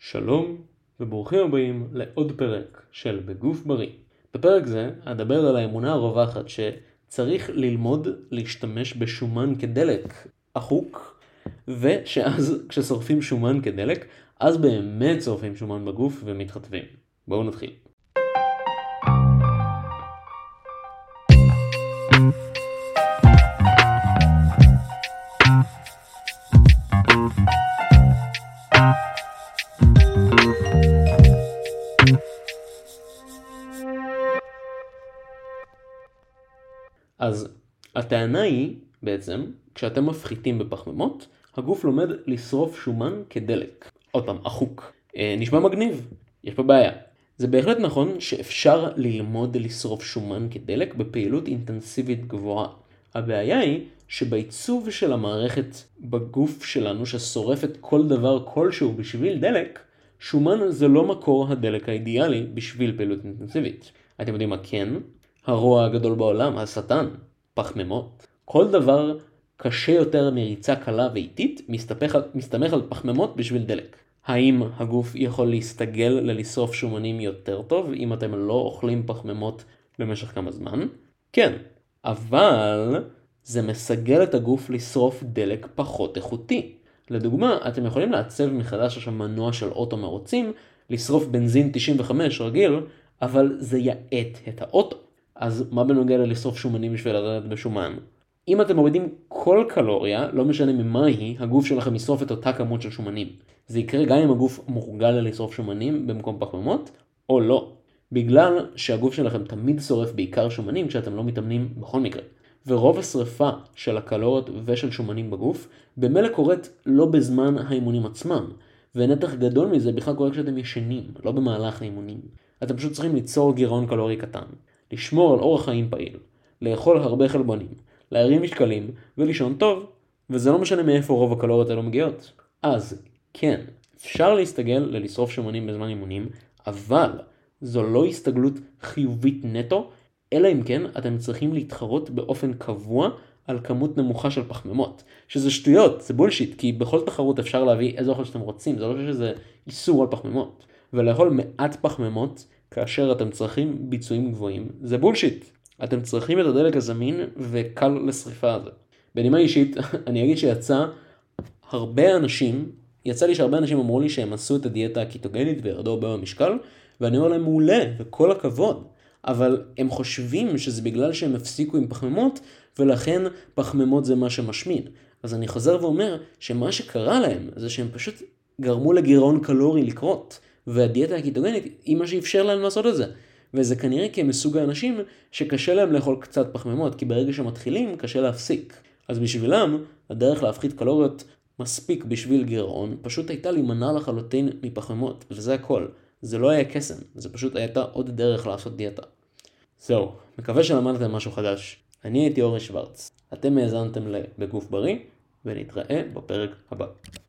שלום וברוכים הבאים לעוד פרק של בגוף בריא. בפרק זה אדבר על האמונה הרווחת שצריך ללמוד להשתמש בשומן כדלק אחוק, ושאז כששורפים שומן כדלק אז באמת שורפים שומן בגוף ומתחטבים. בואו נתחיל. אז הטענה היא בעצם, כשאתם מפחיתים בפחמימות, הגוף לומד לשרוף שומן כדלק. עוד פעם, אחוק. נשמע מגניב, יש פה בעיה. זה בהחלט נכון שאפשר ללמוד לשרוף שומן כדלק בפעילות אינטנסיבית גבוהה. הבעיה היא שבעיצוב של המערכת בגוף שלנו ששורפת כל דבר כלשהו בשביל דלק, שומן זה לא מקור הדלק האידיאלי בשביל פעילות אינטנסיבית. אתם יודעים מה כן? הרוע הגדול בעולם, השטן, פחמימות. כל דבר קשה יותר מריצה קלה ואיטית מסתמך על פחמימות בשביל דלק. האם הגוף יכול להסתגל ללשרוף שומנים יותר טוב אם אתם לא אוכלים פחמימות במשך כמה זמן? כן, אבל זה מסגל את הגוף לשרוף דלק פחות איכותי. לדוגמה, אתם יכולים לעצב מחדש עכשיו מנוע של אוטו מרוצים, לשרוף בנזין 95 רגיל, אבל זה יעט את האוטו. אז מה בנוגע לשרוף שומנים בשביל לרדת בשומן? אם אתם מורידים כל קלוריה, לא משנה ממה היא, הגוף שלכם ישרוף את אותה כמות של שומנים. זה יקרה גם אם הגוף מורגל לשרוף שומנים במקום פחמימות, או לא. בגלל שהגוף שלכם תמיד שורף בעיקר שומנים כשאתם לא מתאמנים בכל מקרה. ורוב השריפה של הקלוריות ושל שומנים בגוף, במילא קורית לא בזמן האימונים עצמם. ונתח גדול מזה בכלל קורה כשאתם ישנים, לא במהלך האימונים. אתם פשוט צריכים ליצור גירעון קלורי קטן. לשמור על אורח חיים פעיל, לאכול הרבה חלבונים, להרים משקלים ולישון טוב, וזה לא משנה מאיפה רוב הקלוריות האלו מגיעות. אז כן, אפשר להסתגל ללשרוף שומנים בזמן אימונים, אבל זו לא הסתגלות חיובית נטו, אלא אם כן אתם צריכים להתחרות באופן קבוע על כמות נמוכה של פחמימות, שזה שטויות, זה בולשיט, כי בכל תחרות אפשר להביא איזה אוכל שאתם רוצים, זה לא שזה איסור על פחמימות, ולאכול מעט פחמימות כאשר אתם צריכים ביצועים גבוהים, זה בולשיט. אתם צריכים את הדלק הזמין וקל לשריפה הזה. בנימה אישית, אני אגיד יצא לי שהרבה אנשים אמרו לי שהם עשו את הדיאטה הקיטוגנית וירדו הרבה במשקל, ואני אומר להם מעולה וכל הכבוד. אבל הם חושבים שזה בגלל שהם הפסיקו עם פחמימות, ולכן פחמימות זה מה שמשמין. אז אני חוזר ואומר שמה שקרה להם זה שהם פשוט גרמו לגירעון קלורי לקרות. והדיאטה הקיטוגנית היא מה שאפשר להם לעשות את זה. וזה כנראה כי הם מסוג האנשים שקשה להם לאכול קצת פחמימות, כי ברגע שמתחילים קשה להפסיק. אז בשבילם, הדרך להפחית קלוריות מספיק בשביל גירעון, פשוט הייתה להימנע לחלוטין מפחמימות, וזה הכל. זה לא היה קסם, זה פשוט הייתה עוד דרך לעשות דיאטה. זהו, מקווה שלמדתם משהו חדש. אני הייתי אורי שוורץ. אתם האזנתם בגוף בריא, ונתראה בפרק הבא.